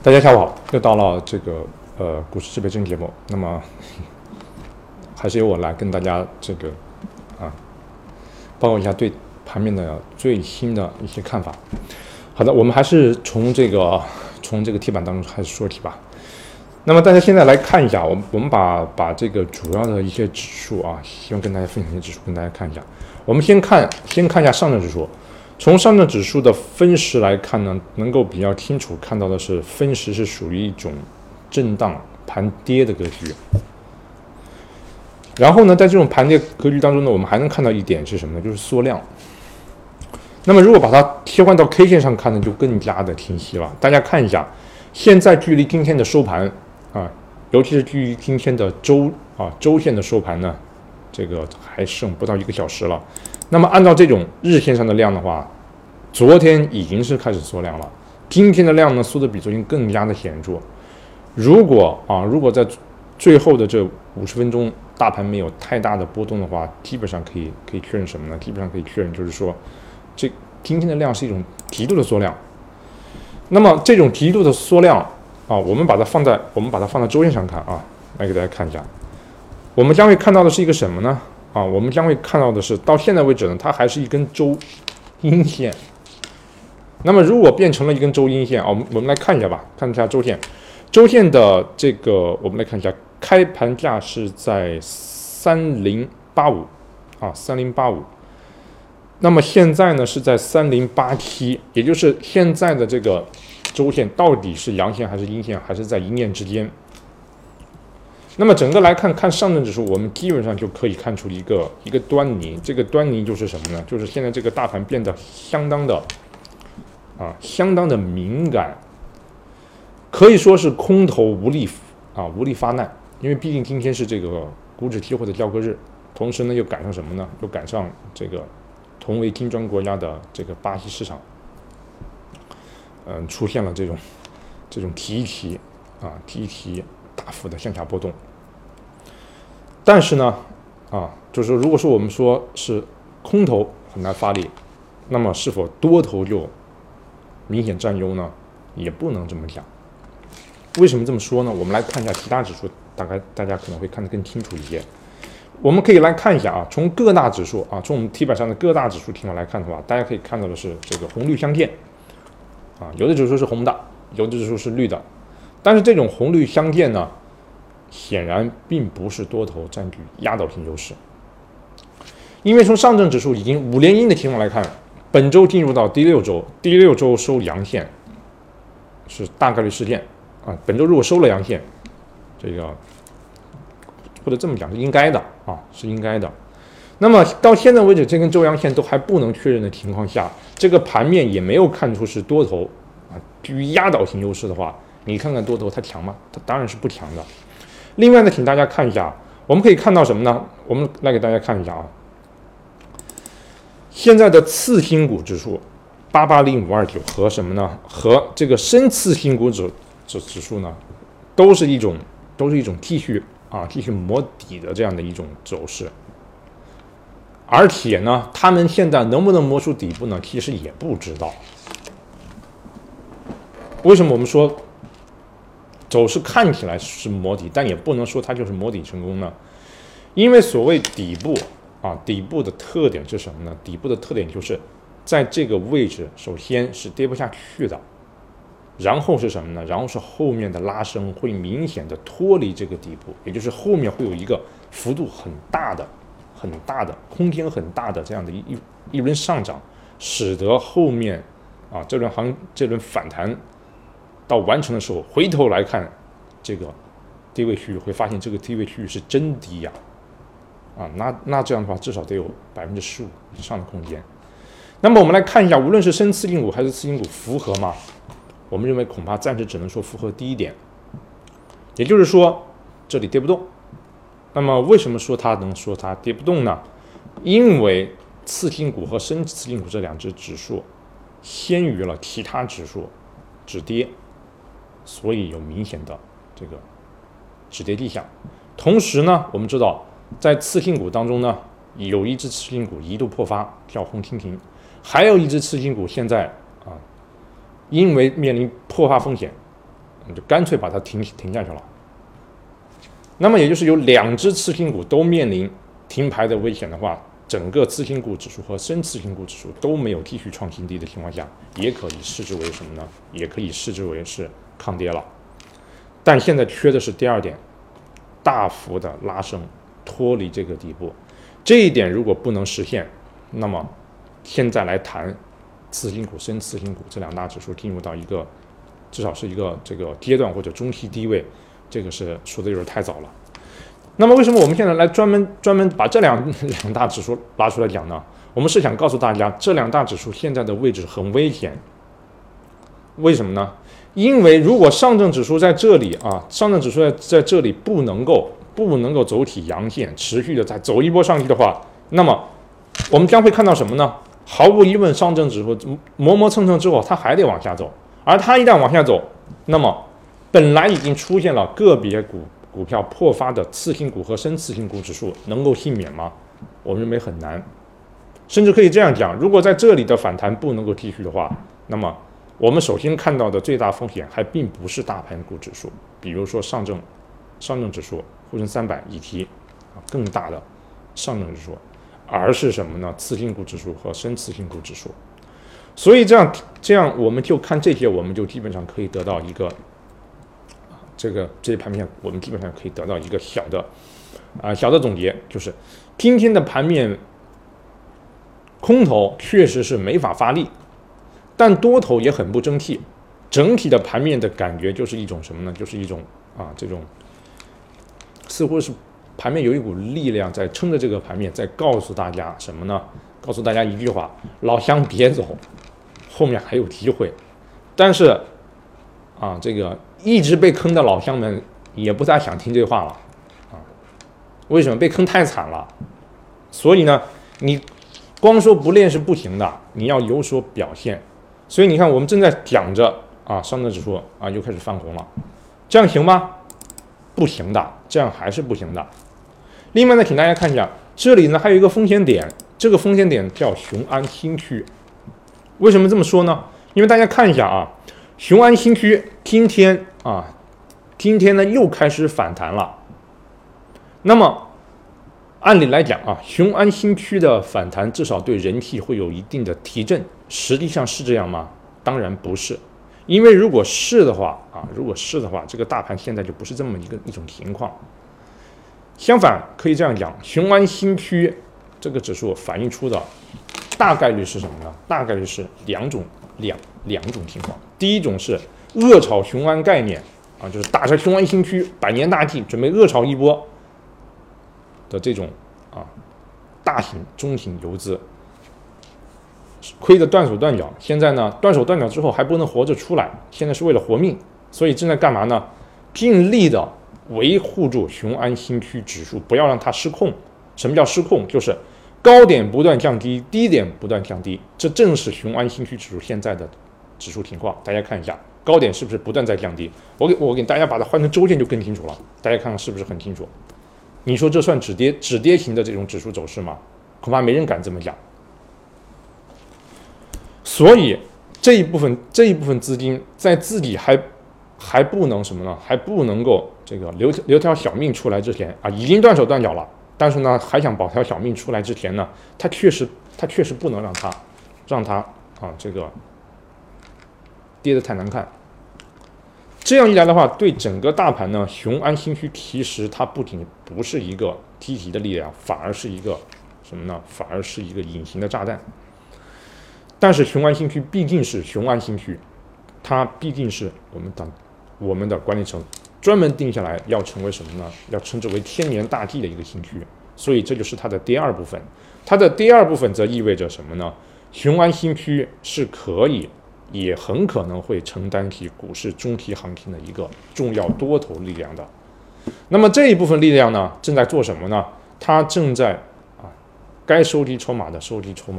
大家下午好，又到了这个股市指北针节目，那么还是由我来跟大家报告一下对盘面的最新的一些看法。好的，我们还是从这个题板当中开始说起吧。那么大家现在来看一下，我们把这个主要的一些指数啊，希望跟大家分享一些指数，跟大家看一下。我们先看一下上证指数。从上证指数的分时来看呢，能够比较清楚看到的是，分时是属于一种震荡盘跌的格局。然后呢，在这种盘跌格局当中呢，我们还能看到一点是什么呢？就是缩量。那么如果把它切换到 K 线上看呢，就更加的清晰了。大家看一下，现在距离今天的收盘啊，尤其是距离今天的周线的收盘呢，这个还剩不到1个小时了。那么按照这种日线上的量的话，昨天已经是开始缩量了，今天的量呢缩的比昨天更加的显著。如果在最后的这50分钟大盘没有太大的波动的话，基本上可以确认什么呢？基本上可以确认就是说，这今天的量是一种极度的缩量。那么这种极度的缩量啊，我们把它放在周线上看啊，来给大家看一下，我们将会看到的是一个什么呢？我们将会看到的是，到现在为止呢，它还是一根周阴线。那么如果变成了一根周阴线啊，我们来看一下吧，看一下周线。周线的这个，我们来看一下，开盘价是在3085啊，3085。那么现在呢是在3087，也就是现在的这个周线到底是阳线还是阴线，还是在一念之间。那么整个来看上证指数，我们基本上就可以看出一个端倪。这个端倪就是什么呢？就是现在这个大盘变得相当的敏感，可以说是空头无力发难。因为毕竟今天是这个股指期货的交割日，同时呢又赶上什么呢？又赶上这个同为金砖国家的这个巴西市场，出现了这种提一提大幅的向下波动。但是呢，就是说，如果说我们说是空头很难发力，那么是否多头就明显占优呢？也不能这么讲。为什么这么说呢？我们来看一下其他指数，大家可能会看得更清楚一些。我们可以来看一下从各大指数从我们题板上的各大指数情况来看的话，大家可以看到的是这个红绿相间有的指数是红的，有的指数是绿的，但是这种红绿相间呢，显然并不是多头占据压倒性优势。因为从上证指数已经5连阴的情况来看，本周进入到第六周收阳线是大概率事件本周如果收了阳线，这个或者这么讲是应该的是应该的。那么到现在为止，这根周阳线都还不能确认的情况下，这个盘面也没有看出是多头居于压倒性优势的话，你看看多头它强吗？它当然是不强的。另外呢，请大家看一下，我们可以看到什么呢？我们来给大家看一下现在的次新股指数880529和什么呢？和这个深次新股指数呢，都是一种继续磨底的这样的一种走势。而且呢，他们现在能不能磨出底部呢？其实也不知道。为什么我们说走势看起来是磨底，但也不能说它就是磨底成功呢？因为所谓底部底部的特点是什么呢？底部的特点就是在这个位置，首先是跌不下去的，然后是什么呢？然后是后面的拉升会明显的脱离这个底部，也就是后面会有一个幅度很大的空间很大的这样的一轮上涨，使得后面这轮反弹到完成的时候，回头来看这个低位区域，会发现这个低位区域是真低那这样的话至少得有15%以上的空间。那么我们来看一下，无论是深次新股还是次新股符合吗？我们认为恐怕暂时只能说符合第一点，也就是说这里跌不动。那么为什么说它跌不动呢？因为次新股和深次新股这两只指数先于了其他指数止跌，所以有明显的这个止跌迹象。同时呢，我们知道在次新股当中呢，有一只次新股一度破发叫红蜻蜓，还有一只次新股现在因为面临破发风险， 你就干脆把它停下去了。那么也就是有2只次新股都面临停牌的危险的话，整个次新股指数和深次新股指数都没有继续创新低的情况下，也可以视之为什么呢？也可以视之为是抗跌了。但现在缺的是第2点，大幅的拉升，脱离这个底部。这一点如果不能实现，那么现在来谈次新股、深次新股这2大指数进入到一个至少是一个这个阶段或者中期低位，这个是说的有点太早了。那么为什么我们现在来专门把这两大指数拉出来讲呢？我们是想告诉大家，这2大指数现在的位置很危险。为什么呢？因为如果上证指数在这里上证指数在这里不能够走起阳线，持续的再走一波上去的话，那么我们将会看到什么呢？毫无疑问，上证指数磨蹭蹭之后，它还得往下走，而它一旦往下走，那么本来已经出现了个别股票破发的次新股和深次新股指数能够幸免吗？我认为很难，甚至可以这样讲，如果在这里的反弹不能够继续的话，那么我们首先看到的最大风险还并不是大盘股指数，比如说上证指数、沪深300以及更大的上证指数，而是什么呢？次新股指数和深次新股指数。所以这样我们就看这些，我们就基本上可以得到一个这些盘面，我们基本上可以得到一个小的总结，就是今天的盘面空头确实是没法发力，但多头也很不争气。整体的盘面的感觉就是一种什么呢？就是一种这种似乎是盘面有一股力量在撑着这个盘面，在告诉大家什么呢？告诉大家一句话：老乡别走，后面还有机会。但是这个一直被坑的老乡们也不太想听这话了为什么？被坑太惨了。所以呢，你光说不练是不行的，你要有所表现。所以你看，我们正在讲着上证指数又开始翻红了，这样行吗？不行的，这样还是不行的。另外呢，请大家看一下，这里呢还有一个风险点，这个风险点叫雄安新区。为什么这么说呢？因为大家看一下雄安新区今天呢又开始反弹了。那么按理来讲雄安新区的反弹至少对人气会有一定的提振，实际上是这样吗？当然不是。因为如果是的话，这个大盘现在就不是这么一种情况。相反，可以这样讲，雄安新区这个指数反映出的大概率是什么呢？大概率是两种情况。第一种是恶炒雄安概念就是打着雄安新区100年大计，准备恶炒一波的这种大型中型游资，亏得断手断脚。现在呢，断手断脚之后还不能活着出来，现在是为了活命，所以正在干嘛呢？尽力的维护住雄安新区指数，不要让它失控。什么叫失控？就是高点不断降低，低点不断降低，这正是雄安新区指数现在的指数情况。大家看一下，高点是不是不断在降低？我给大家把它换成周线就更清楚了，大家看看是不是很清楚？你说这算止跌型的这种指数走势吗？恐怕没人敢这么讲。所以这一部分资金在自己还不能什么呢？还不能够这个留条小命出来之前已经断手断脚了，但是呢还想保条小命出来之前呢，他确实不能让它这个跌得太难看。这样一来的话，对整个大盘呢，雄安新区其实它不仅不是一个积极的力量，反而是一个什么呢？反而是一个隐形的炸弹。但是雄安新区毕竟是雄安新区，它毕竟是我们的管理层专门定下来要成为什么呢？要称之为千年大计的一个新区，所以这就是它的第二部分。它的第二部分则意味着什么呢？雄安新区是可以，也很可能会承担起股市中期行情的一个重要多头力量的。那么这一部分力量呢，正在做什么呢？它正在该收集筹码的收集筹码，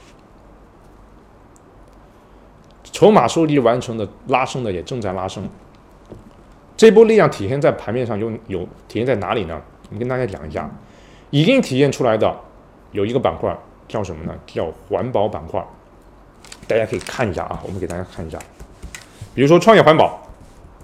筹码收集完成的拉升的也正在拉升。这波力量体现在盘面上有体现在哪里呢？我们跟大家讲一下，已经体现出来的有一个板块叫什么呢？叫环保板块。大家可以看一下我们给大家看一下，比如说创业环保，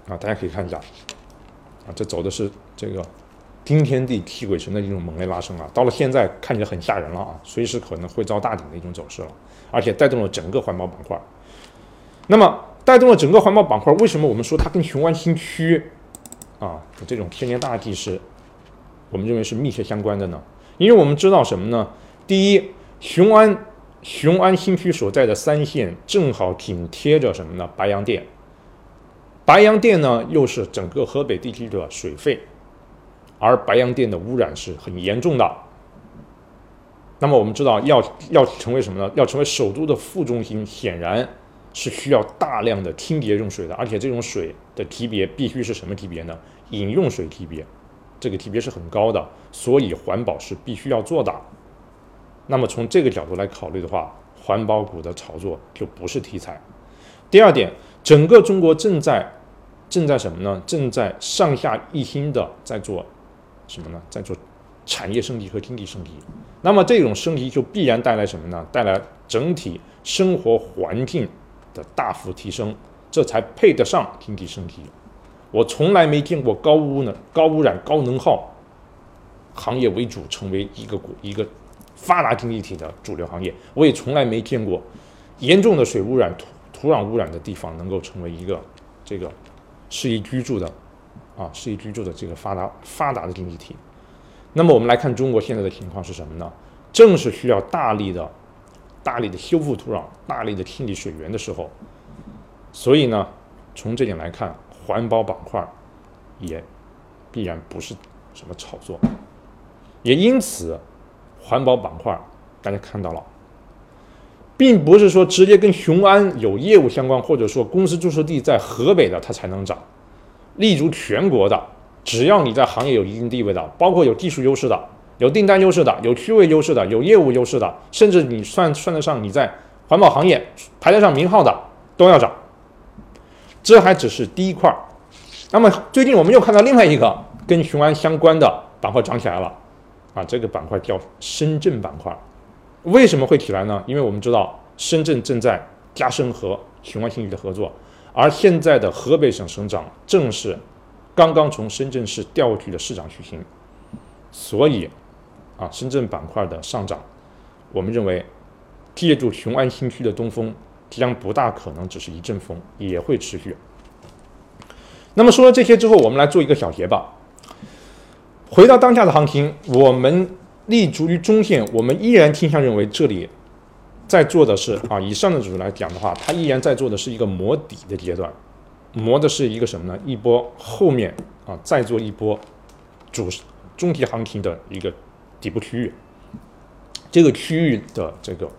啊，大家可以看一下啊，这走的是这个惊天地泣鬼神的一种猛烈拉升啊，到了现在看起来很吓人了啊，随时可能会遭大顶的一种走势了，而且带动了整个环保板块。那么带动了整个环保板块，为什么我们说它跟雄安新区啊的这种天然大地是我们认为是密切相关的呢？因为我们知道什么呢？第一，雄安新区所在的3县正好紧贴着什么呢？白洋淀。白洋淀呢，又是整个河北地区的水肺，而白洋淀的污染是很严重的。那么我们知道要成为什么呢？要成为首都的副中心，显然是需要大量的清洁用水的，而且这种水的级别必须是什么级别呢？饮用水级别，这个级别是很高的，所以环保是必须要做的。那么从这个角度来考虑的话，环保股的炒作就不是题材。第二点，整个中国正在什么呢？正在上下一心的在做什么呢？在做产业升级和经济升级。那么这种升级就必然带来什么呢？带来整体生活环境的大幅提升，这才配得上经济升级。我从来没见过高污染、高能耗行业为主成为一个发达经济体的主流行业，我也从来没见过严重的水污染、土壤污染的地方能够成为一个这个适宜居住的这个发达的经济体。那么我们来看中国现在的情况是什么呢？正是需要大力的修复土壤、大力的清理水源的时候，所以呢，从这点来看，环保板块也必然不是什么炒作，也因此，环保板块大家看到了，并不是说直接跟雄安有业务相关，或者说公司注册地在河北的它才能涨，立足全国的，只要你在行业有一定地位的，包括有技术优势的、有订单优势的、有区位优势的、有业务优势的，甚至你算得上你在环保行业排得上名号的，都要涨。这还只是第一块。那么最近我们又看到另外一个跟雄安相关的板块涨起来了啊，这个板块叫深圳板块。为什么会起来呢？因为我们知道深圳正在加深和雄安新区的合作，而现在的河北省省长正是刚刚从深圳市调去的市长徐行，所以啊，深圳板块的上涨，我们认为借助雄安新区的东风，将不大可能只是一阵风，也会持续。那么说了这些之后，我们来做一个小结吧。回到当下的行情，我们立足于中线，我们依然倾向认为这里在做的是啊，以上的指数来讲的话，它依然在做的是一个磨底的阶段，磨的是一个什么呢？一波后面啊，再做一波中期行情的一个底部区域，这个区域的这个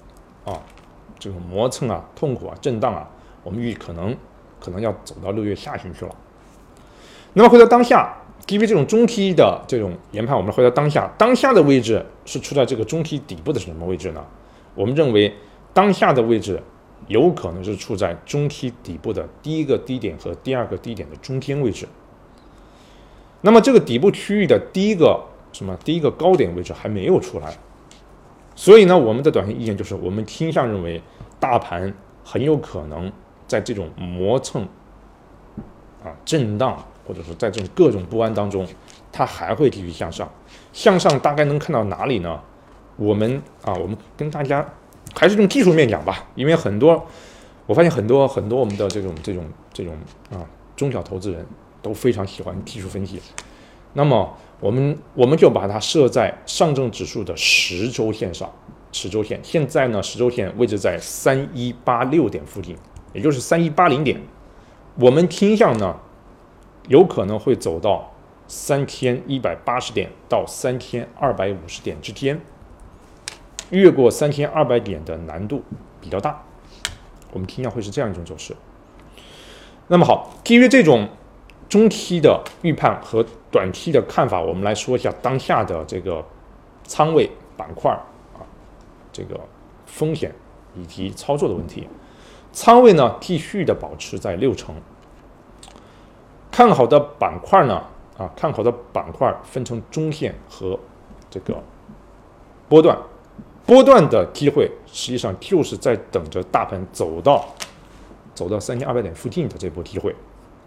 磨蹭啊、痛苦啊、震荡啊，我们预计可能要走到6月下旬去了。那么回到当下，基于这种中期的这种研判，我们回到当下的位置是处在这个中期底部的什么位置呢？我们认为当下的位置有可能是处在中期底部的第一个低点和第二个低点的中间位置。那么这个底部区域的第一个高点位置还没有出来，所以呢，我们的短线意见就是，我们倾向认为大盘很有可能在这种磨蹭震荡，或者说在这种各种不安当中，它还会继续向上。向上大概能看到哪里呢？我们跟大家还是用技术面讲吧，因为我发现很多我们的这种中小投资人都非常喜欢技术分析。那么我们就把它设在上证指数的10周线上，10周线现在呢10周线位置在3186点附近，也就是3180点。我们倾向呢有可能会走到3180点到3250点之间，越过3200点的难度比较大，我们倾向会是这样一种走势。那么好，基于这种中期的预判和短期的看法，我们来说一下当下的这个仓位板块这个风险以及操作的问题。仓位呢继续的保持在60%。看好的板块呢看好的板块分成中线和这个波段的机会，实际上就是在等着大盘走到3200点附近的这波机会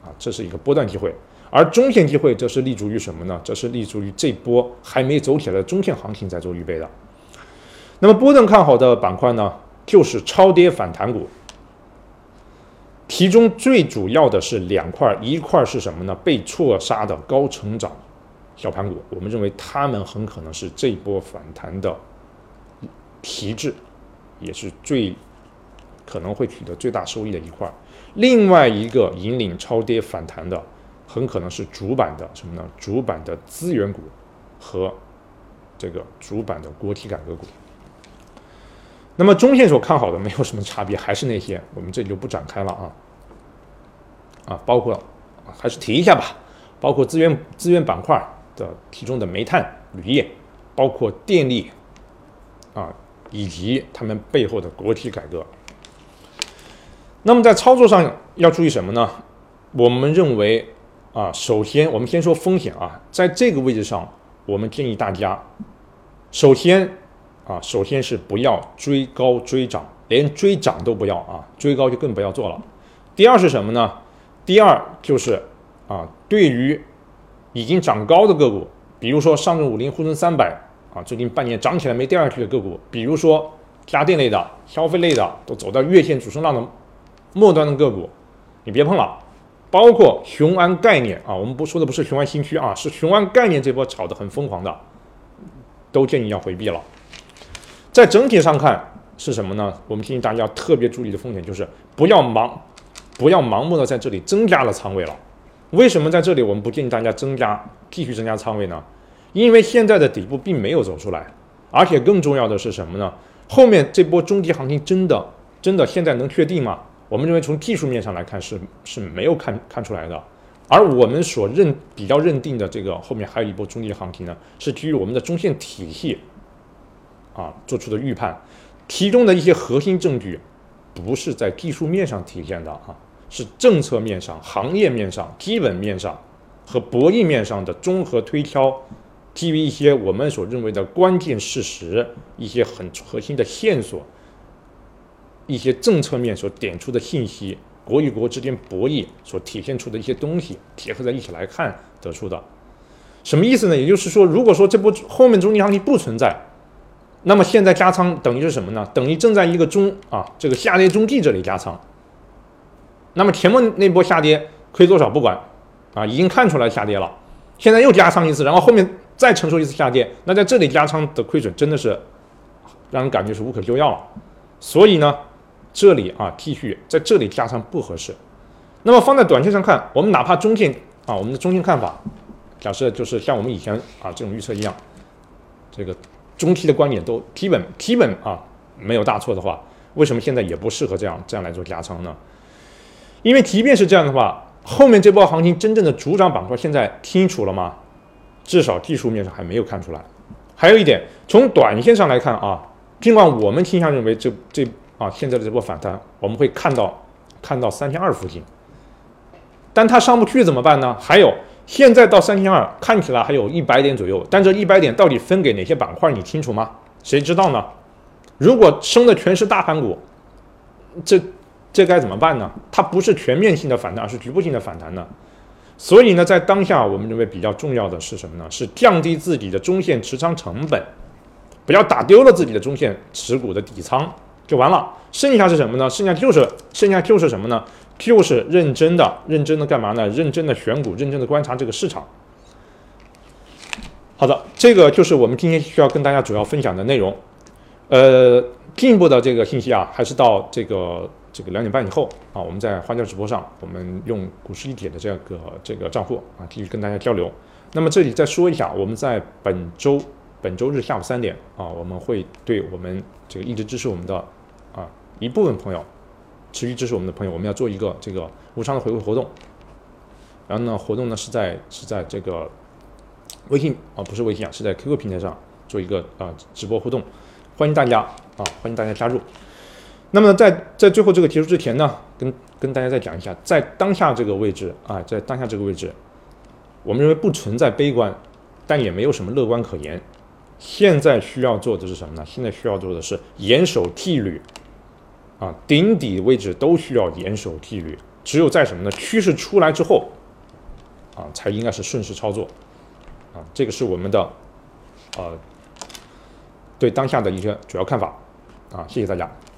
这是一个波段机会。而中线机会这是立足于什么呢？这是立足于这波还没走起来的中线行情在做预备的。那么波段看好的板块呢，就是超跌反弹股，其中最主要的是2块，一块是什么呢？被错杀的高成长小盘股，我们认为它们很可能是这波反弹的旗帜，也是最可能会取得最大收益的一块。另外一个引领超跌反弹的，很可能是主板的什么呢？主板的资源股和这个主板的国企改革股。那么中线所看好的没有什么差别，还是那些，我们这里就不展开了包括还是提一下吧，包括资源板块的其中的煤炭、铝业，包括电力以及他们背后的国企改革。那么在操作上要注意什么呢？我们认为首先我们先说风险在这个位置上，我们建议大家首先是不要追高追涨，连追涨都不要追高就更不要做了。第二是什么呢？第二就是对于已经涨高的个股，比如说上证50、沪深300最近半年涨起来没掉下去的个股，比如说家电类的、消费类的，都走到月线主升浪的末端的个股，你别碰了。包括雄安概念我们说的不是雄安新区是雄安概念这波炒得很疯狂的，都建议要回避了。在整体上看是什么呢？我们建议大家要特别注意的风险就是不要盲目的在这里增加了仓位了。为什么在这里我们不建议大家继续增加仓位呢？因为现在的底部并没有走出来，而且更重要的是什么呢？后面这波中级行情真的现在能确定吗？我们认为从技术面上来看是没有看出来的。而我们比较认定的这个后面还有一波中级行情呢，是基于我们的中线体系做出的预判，其中的一些核心证据不是在技术面上体现的是政策面上、行业面上、基本面上和博弈面上的综合推敲，基于一些我们所认为的关键事实、一些很核心的线索、一些政策面所点出的信息，国与国之间博弈所体现出的一些东西结合在一起来看得出的。什么意思呢？也就是说，如果说这波后面中级行情不存在，那么现在加仓等于是什么呢？等于正在一个这个下跌中继这里加仓。那么前面那波下跌亏多少不管已经看出来下跌了，现在又加仓一次，然后后面再承受一次下跌，那在这里加仓的亏损真的是让人感觉是无可救药了。所以呢，这里继续在这里加仓不合适。那么放在短线上看，我们哪怕中线我们的中线看法，假设就是像我们以前这种预测一样，这个中期的观点都基本没有大错的话，为什么现在也不适合这样来做加仓呢？因为即便是这样的话，后面这波行情真正的主涨板块现在清楚了吗？至少技术面上还没有看出来。还有一点，从短线上来看尽管我们倾向认为现在的这波反弹我们会看到3200附近，但它上不去怎么办呢？还有现在到3200看起来还有100点左右，但这100点到底分给哪些板块你清楚吗？谁知道呢？如果升的全是大盘股，这该怎么办呢？它不是全面性的反弹，而是局部性的反弹呢。所以呢，在当下我们认为比较重要的是什么呢？是降低自己的中线持仓成本，不要打丢了自己的中线持股的底仓就完了。剩下是什么呢？剩下就是什么呢？就是认真的干嘛呢？认真的选股，认真的观察这个市场。好的，这个就是我们今天需要跟大家主要分享的内容。进一步的这个信息还是到这个2点半以后我们在花椒直播上，我们用股市一点的这个账户继续跟大家交流。那么这里再说一下，我们在本周日下午3点我们会对我们这个一直支持我们的一部分朋友，持续支持我们的朋友，我们要做一个这个无偿的回馈活动。然后呢，活动呢是在这个微信不是微信是在 QQ 平台上做一个直播互动，欢迎大家加入。那么在最后这个结束之前呢，跟大家再讲一下，在当下这个位置我们认为不存在悲观，但也没有什么乐观可言。现在需要做的是什么呢？现在需要做的是严守纪律顶底位置都需要严守纪律。 只有在什么呢？趋势出来之后啊，才应该是顺势操作啊。这个是我们的对当下的一些主要看法啊，谢谢大家。